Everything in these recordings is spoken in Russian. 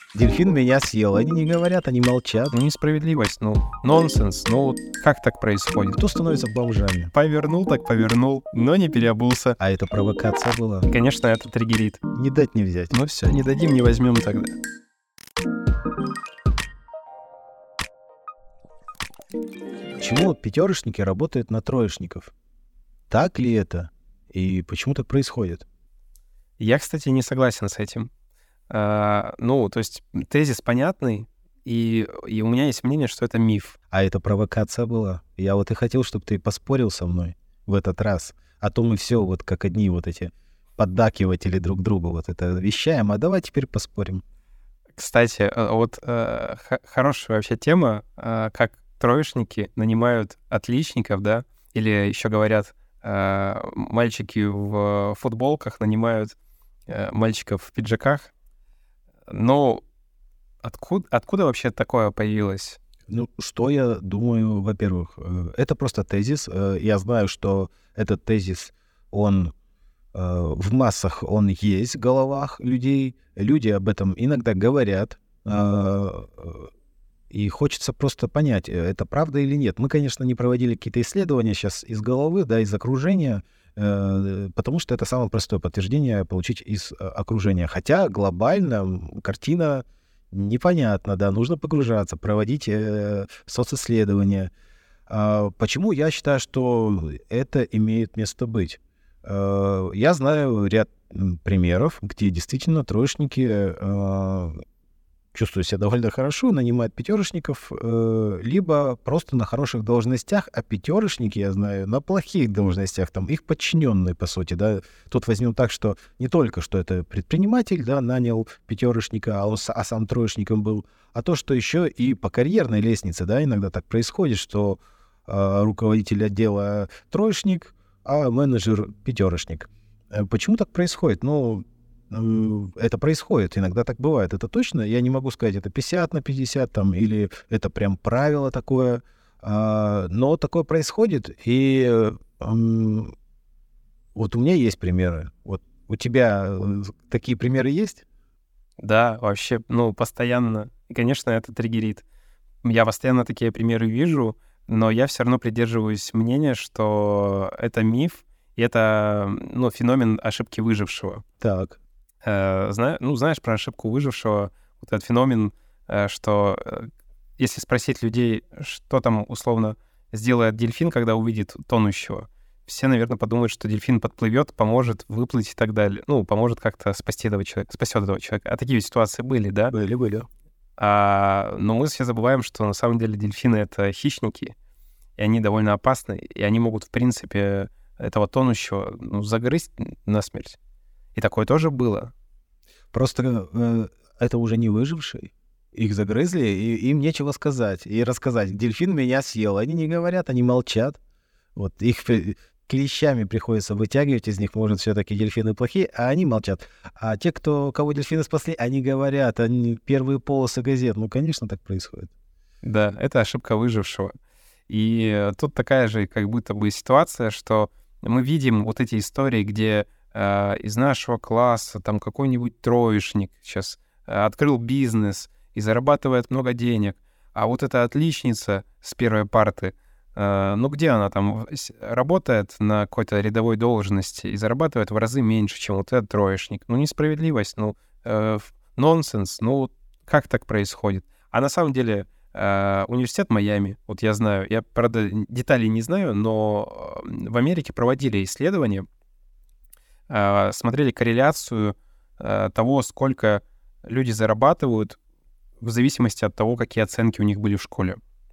Дельфин меня съел. Они не говорят, они молчат. Ну, несправедливость, нонсенс, как так происходит? Кто становится бомжами? Повернул так повернул, но не переобулся. А это провокация была. Конечно, это триггерит. Не дать не взять. Ну все, не дадим, не возьмем тогда. Почему пятерочники работают на троечников? Так ли это? И почему так происходит? Я, кстати, не согласен с этим. То есть тезис понятный, и у меня есть мнение, что это миф. А это провокация была. Я вот и хотел, чтобы ты поспорил со мной в этот раз. А то мы все вот как одни вот эти поддакиватели друг другу вот это вещаем. А давай теперь поспорим. Кстати, хорошая вообще тема, как троечники нанимают отличников, да, или еще говорят, мальчики в футболках нанимают мальчиков в пиджаках. Но откуда вообще такое появилось? Ну, что я думаю, во-первых, это просто тезис. Я знаю, что этот тезис, он в массах, он есть в головах людей. Люди об этом иногда говорят. И хочется просто понять, это правда или нет. Мы, конечно, не проводили какие-то исследования сейчас из головы, да, из окружения, потому что это самое простое подтверждение получить из окружения. Хотя глобально картина непонятна, да, нужно погружаться, проводить социсследования. Почему я считаю, что это имеет место быть? Я знаю ряд примеров, где действительно троечники чувствуют себя довольно хорошо, нанимают пятерочников, либо просто на хороших должностях, а пятерочники, я знаю, на плохих должностях, там их подчиненные, по сути, да. Тут возьмем так, что не только, что это предприниматель, да, нанял пятерочника, а сам троечником был, а то, что еще и по карьерной лестнице, да, иногда так происходит, что руководитель отдела троечник, а менеджер пятерочник. Почему так происходит? Ну, это происходит, иногда так бывает. Это точно, я не могу сказать, это 50/50 там, или это прям правило такое, но такое происходит, и вот у меня есть примеры. Вот у тебя такие примеры есть? Да, вообще, постоянно. И, конечно, это триггерит. Я постоянно такие примеры вижу, но я все равно придерживаюсь мнения, что это миф, и это, феномен ошибки выжившего. Так. Знаешь про ошибку выжившего, вот этот феномен, что если спросить людей, что там условно сделает дельфин, когда увидит тонущего, все, наверное, подумают, что дельфин подплывет, поможет выплыть и так далее. Поможет как-то спасет этого человека. А такие ситуации были, да? Были. Но мы все забываем, что на самом деле дельфины — это хищники, и они довольно опасны, и они могут, в принципе, этого тонущего загрызть насмерть. И такое тоже было. Просто это уже не выжившие. Их загрызли, и им нечего сказать. И рассказать, дельфин меня съел. Они не говорят, они молчат. Вот их клещами приходится вытягивать из них, может, все-таки дельфины плохие, а они молчат. А те, кого дельфины спасли, они говорят, они первые полосы газет. Ну, конечно, так происходит. Да, это ошибка выжившего. И тут такая же как будто бы ситуация, что мы видим вот эти истории, где из нашего класса там какой-нибудь троечник сейчас открыл бизнес и зарабатывает много денег, а вот эта отличница с первой парты, где она там работает на какой-то рядовой должности и зарабатывает в разы меньше, чем вот этот троечник. Несправедливость, нонсенс, как так происходит? А на самом деле университет Майами, вот я знаю, я, правда, деталей не знаю, но в Америке проводили исследования, смотрели корреляцию того, сколько люди зарабатывают в зависимости от того, какие оценки у них были в школе.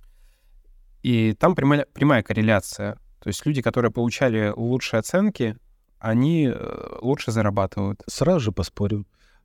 И там прямая корреляция. То есть люди, которые получали лучшие оценки, они лучше зарабатывают. Сразу же поспорю.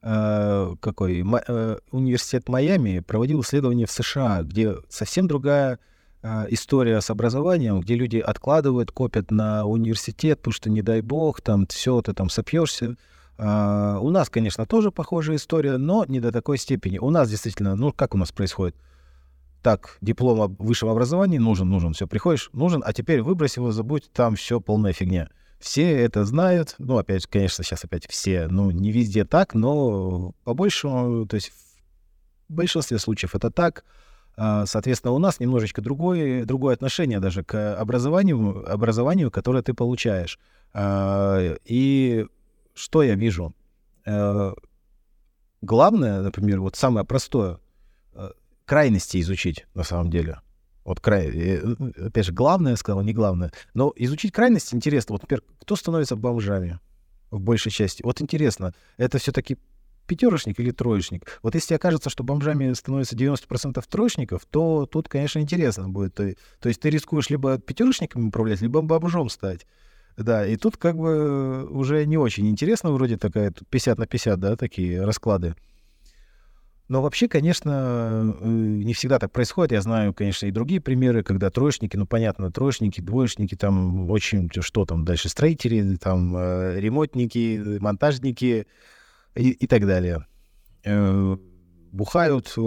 Университет Майами проводил исследования в США, где совсем другая история с образованием, где люди откладывают, копят на университет, потому что, не дай бог, там все, ты там сопьешься. У нас, конечно, тоже похожая история, но не до такой степени. У нас действительно, как у нас происходит? Так, диплом о высшем образовании нужен, все, приходишь, нужен, а теперь выбрось его, забудь, там все полная фигня. Все это знают, опять, конечно, сейчас опять все, не везде так, но по большему, то есть большинстве случаев это так. Соответственно, у нас немножечко другое отношение даже к образованию, которое ты получаешь. И что я вижу? Главное, например, вот самое простое, крайности изучить на самом деле. Вот опять же, главное, я сказал, не главное. Но изучить крайности интересно. Вот, например, кто становится бомжами в большей части? Вот интересно, это все-таки пятерочник или троечник? Вот если окажется, что бомжами становится 90% троечников, то тут, конечно, интересно будет. То есть ты рискуешь либо пятерочниками управлять, либо бомжом стать. Да, и тут как бы уже не очень интересно, вроде такая 50 на 50, да, такие расклады. Но вообще, конечно, не всегда так происходит. Я знаю, конечно, и другие примеры, когда троечники, ну, понятно, троечники, двоечники, там очень, что там дальше, строители, там ремонтники, монтажники и так далее. Бухают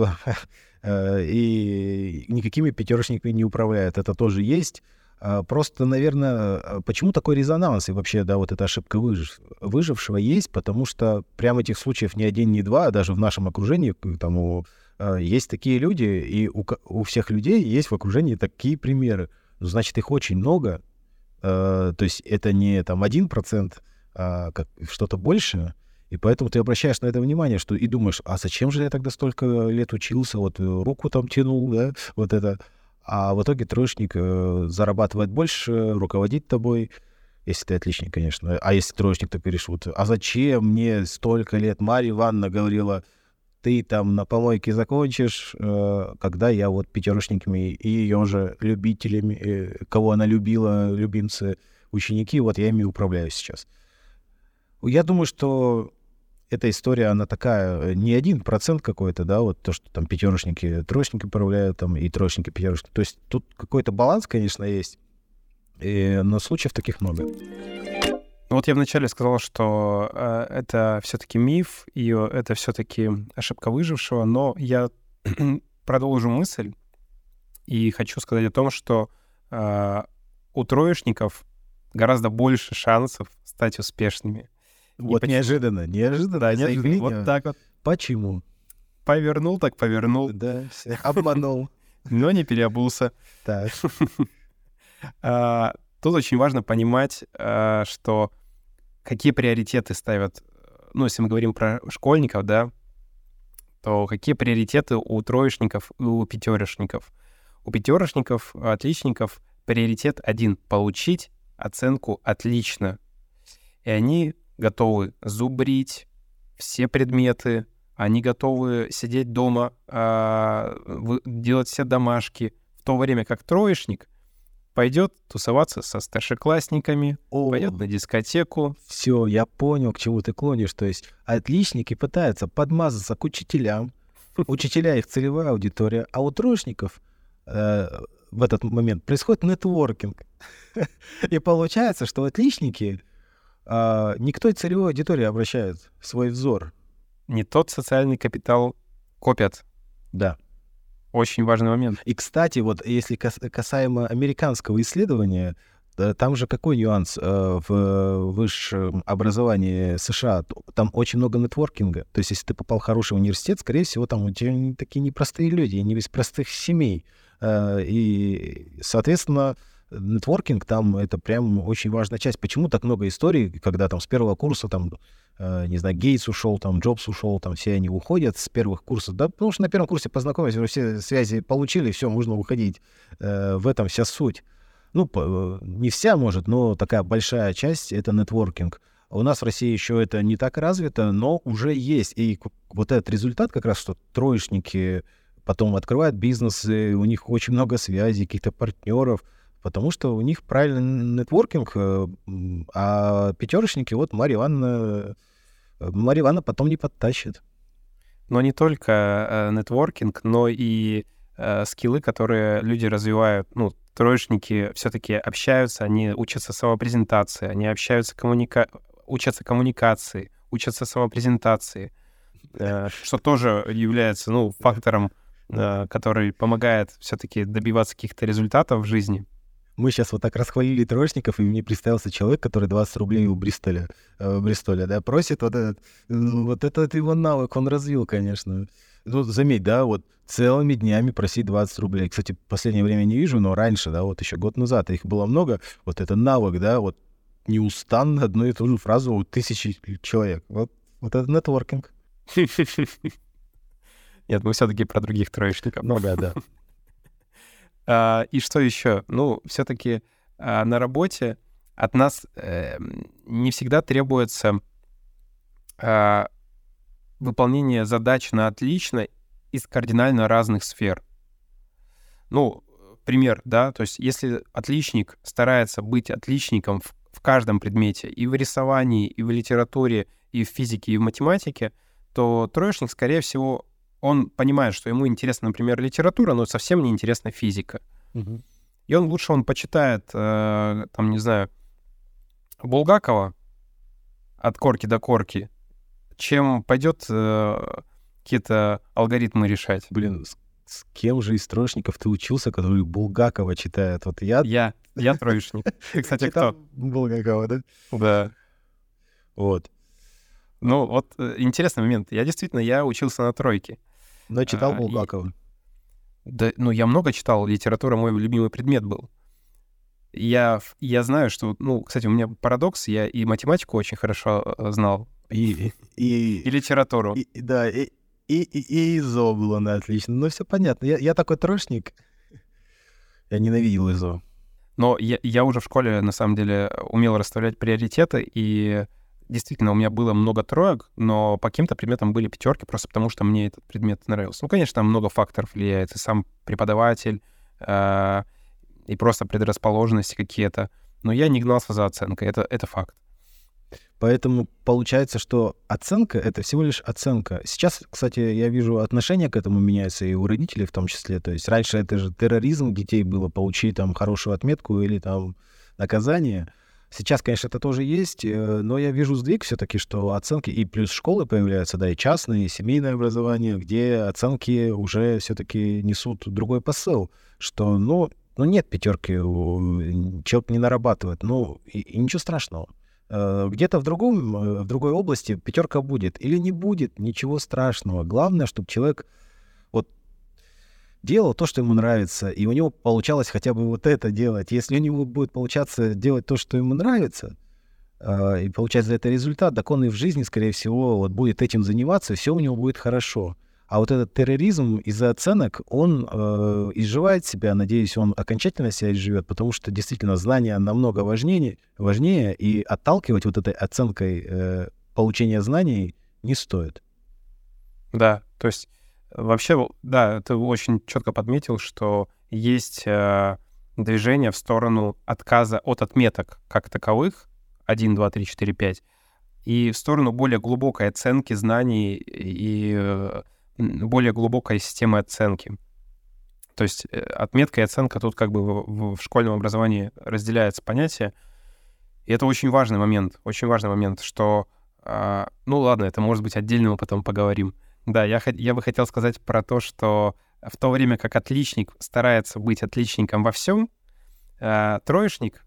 и никакими пятерочниками не управляют. Это тоже есть. Просто, наверное, почему такой резонанс? И вообще, да, вот эта ошибка выжившего есть, потому что прямо этих случаев ни один, ни два, даже в нашем окружении, там есть такие люди, и у всех людей есть в окружении такие примеры. Ну, значит, их очень много. То есть это не там 1%, а как что-то большее. И поэтому ты обращаешь на это внимание, что и думаешь, а зачем же я тогда столько лет учился, вот руку там тянул, да, вот это. А в итоге троечник зарабатывает больше, руководит тобой, если ты отличник, конечно. А если троечник, то перешут. А зачем мне столько лет? Марья Ивановна говорила, ты там на помойке закончишь, когда я вот пятерочниками и ее же любителями, кого она любила, любимцы, ученики, вот я ими управляю сейчас. Я думаю, что эта история, она такая, не 1% какой-то, да, вот то, что там пятерочники, троечники управляют, там, и троечники, пятерочники. То есть тут какой-то баланс, конечно, есть, но случаев таких много. Ну вот я вначале сказал, что это все-таки миф, и это все-таки ошибка выжившего, но я продолжу мысль и хочу сказать о том, что у троечников гораздо больше шансов стать успешными. Вот неожиданно. Да, неожиданно. Вот так вот. Почему? Повернул так повернул. Да, обманул. Но не переобулся. Так. Тут очень важно понимать, что какие приоритеты ставят, ну, если мы говорим про школьников, да, то какие приоритеты у троечников и у пятерочников. У пятерочников, отличников приоритет один — получить оценку «отлично». И они готовы зубрить все предметы, они готовы сидеть дома, делать все домашки, в то время как троечник пойдет тусоваться со старшеклассниками, пойдет на дискотеку. Все, я понял, к чему ты клонишь. То есть отличники пытаются подмазаться к учителям, учителя их целевая аудитория, а у троечников в этот момент происходит нетворкинг. И получается, что отличники не к той целевой аудитории обращают свой взор. Не тот социальный капитал копят. Да. Очень важный момент. И, кстати, вот если касаемо американского исследования, там же какой нюанс в высшем образовании США? Там очень много нетворкинга. То есть если ты попал в хороший университет, скорее всего, там у тебя такие непростые люди, не из простых семей. И, соответственно, нетворкинг там — это прям очень важная часть. Почему так много историй, когда там с первого курса там, не знаю, Гейтс ушел, там Джобс ушел, там все они уходят с первых курсов, да, потому что на первом курсе познакомились, уже все связи получили, все, можно уходить. В этом вся суть. Ну, не вся, может, но такая большая часть — это нетворкинг. У нас в России еще это не так развито, но уже есть. И вот этот результат как раз, что троечники потом открывают бизнесы, у них очень много связей, каких-то партнеров, потому что у них правильный нетворкинг, а пятерочники, вот Марья Ивановна потом не подтащит. Но не только нетворкинг, но и скиллы, которые люди развивают. Ну, троечники все-таки общаются, они учатся самопрезентации, они общаются, учатся коммуникации, учатся самопрезентации, что тоже является, ну, фактором, который помогает все-таки добиваться каких-то результатов в жизни. Мы сейчас вот так расхвалили троечников, и мне представился человек, который 20 рублей у Бристоле, да, просит вот этот его навык, он развил, конечно. Ну, заметь, да, вот целыми днями просить 20 рублей. Кстати, в последнее время не вижу, но раньше, да, вот еще год назад их было много. Вот это навык, да, вот неустанно одну и ту же фразу у тысячи человек. Вот это нетворкинг. Нет, мы все-таки про других троечников. Ну да. И что еще? Ну, все-таки на работе от нас не всегда требуется выполнение задач на отлично из кардинально разных сфер. Ну, пример, да, то есть если отличник старается быть отличником в каждом предмете, и в рисовании, и в литературе, и в физике, и в математике, то троечник, скорее всего, он понимает, что ему интересна, например, литература, но совсем не интересна физика. Угу. И он почитает, там, не знаю, Булгакова от корки до корки, чем пойдет какие-то алгоритмы решать. Блин, с кем же из троечников ты учился, который Булгакова читает? Вот я троечник. Ты, кстати, кто? Булгакова, да? Да. Вот. Ну, вот интересный момент. Я учился на тройке. Но читал Булгакова. Да, ну, я много читал. Литература мой любимый предмет был. Я знаю, что... Ну, кстати, у меня парадокс. Я и математику очень хорошо знал. И литературу. И ИЗО было на отлично. Ну, все понятно. Я такой троечник. Я ненавидел ИЗО. Но я уже в школе, на самом деле, умел расставлять приоритеты, и действительно, у меня было много троек, но по каким-то предметам были пятерки, просто потому что мне этот предмет нравился. Ну, конечно, там много факторов влияет, и сам преподаватель, и просто предрасположенности какие-то. Но я не гнался за оценкой, это факт. Поэтому получается, что оценка — это всего лишь оценка. Сейчас, кстати, я вижу, отношение к этому меняется и у родителей в том числе. То есть раньше это же терроризм детей было, получить там хорошую отметку или там наказание. Сейчас, конечно, это тоже есть, но я вижу сдвиг все-таки, что оценки и плюс школы появляются, да, и частные, и семейное образование, где оценки уже все-таки несут другой посыл, что, ну нет пятерки, человек не нарабатывает, и ничего страшного. Где-то в другой области пятерка будет или не будет, ничего страшного. Главное, чтобы человек вот делал то, что ему нравится, и у него получалось хотя бы вот это делать. Если у него будет получаться делать то, что ему нравится, и получать за это результат, так он и в жизни, скорее всего, вот будет этим заниматься, и все у него будет хорошо. А вот этот терроризм из-за оценок, он изживает себя, надеюсь, он окончательно себя изживет, потому что действительно знания намного важнее, и отталкивать вот этой оценкой получения знаний не стоит. Да, то есть вообще, да, ты очень четко подметил, что есть движение в сторону отказа от отметок как таковых, 1, 2, 3, 4, 5, и в сторону более глубокой оценки знаний и более глубокой системы оценки. То есть отметка и оценка тут как бы в школьном образовании разделяются понятия. И это очень важный момент, что... ну ладно, это может быть отдельно, мы потом поговорим. Да, я бы хотел сказать про то, что в то время как отличник старается быть отличником во всем, троечник...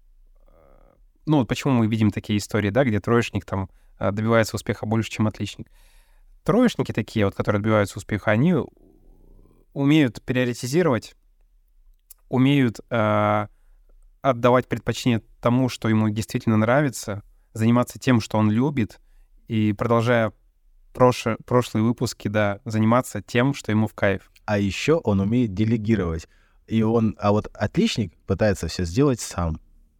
Ну вот почему мы видим такие истории, да, где троечник там добивается успеха больше, чем отличник. Троечники такие, вот, которые добиваются успеха, они умеют приоритизировать, умеют отдавать предпочтение тому, что ему действительно нравится, заниматься тем, что он любит, и, продолжая прошлые выпуски, да, заниматься тем, что ему в кайф. А еще он умеет делегировать. А вот отличник пытается все сделать сам.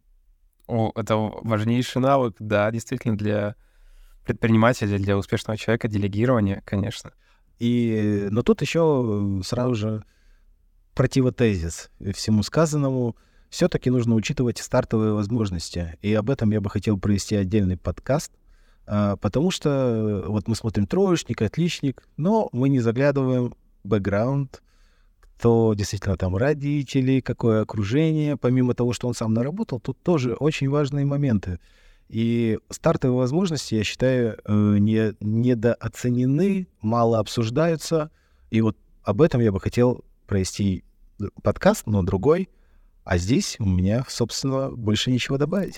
Это важнейший навык, да, действительно, для предпринимателя, для успешного человека, делегирование, конечно. Но тут еще сразу же противотезис всему сказанному. Все-таки нужно учитывать стартовые возможности. И об этом я бы хотел провести отдельный подкаст, потому что вот мы смотрим троечник, отличник, но мы не заглядываем в бэкграунд, кто действительно там родители, какое окружение. Помимо того, что он сам наработал, тут тоже очень важные моменты. И стартовые возможности, я считаю, недооценены, мало обсуждаются. И вот об этом я бы хотел провести подкаст, но другой. А здесь у меня, собственно, больше ничего добавить.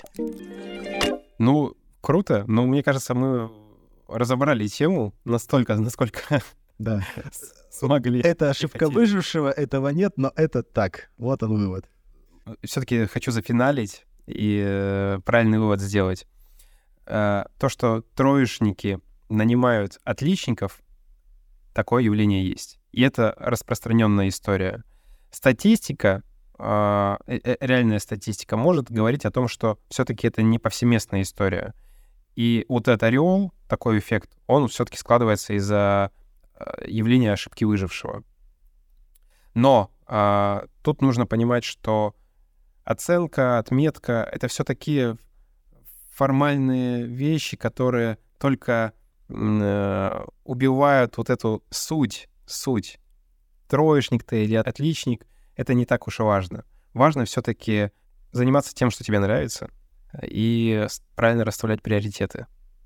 Ну, круто. Но мне кажется, мы разобрали тему настолько, насколько Да. Смогли. Это ошибка выжившего, этого нет, но это так. Вот он вывод. Все-таки хочу зафиналить и правильный вывод сделать. То, что троечники нанимают отличников, такое явление есть. И это распространенная история. Статистика, реальная статистика может говорить о том, что все-таки это не повсеместная история. И вот этот ореол, такой эффект, он все-таки складывается из-за явления ошибки выжившего. Но тут нужно понимать, что оценка, отметка — это все такие формальные вещи, которые только убивают вот эту суть. Троечник ты или отличник — это не так уж и важно. Важно все-таки заниматься тем, что тебе нравится, и правильно расставлять приоритеты.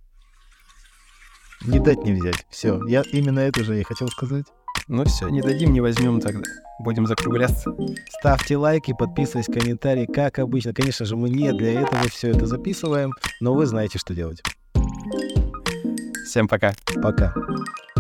Не дать не взять. Все, я именно это же и хотел сказать. Ну все, не дадим, не возьмем тогда. Будем закругляться. Ставьте лайки, подписывайтесь, комментарии, как обычно. Конечно же, мы не для этого все это записываем, но вы знаете, что делать. Всем пока. Пока.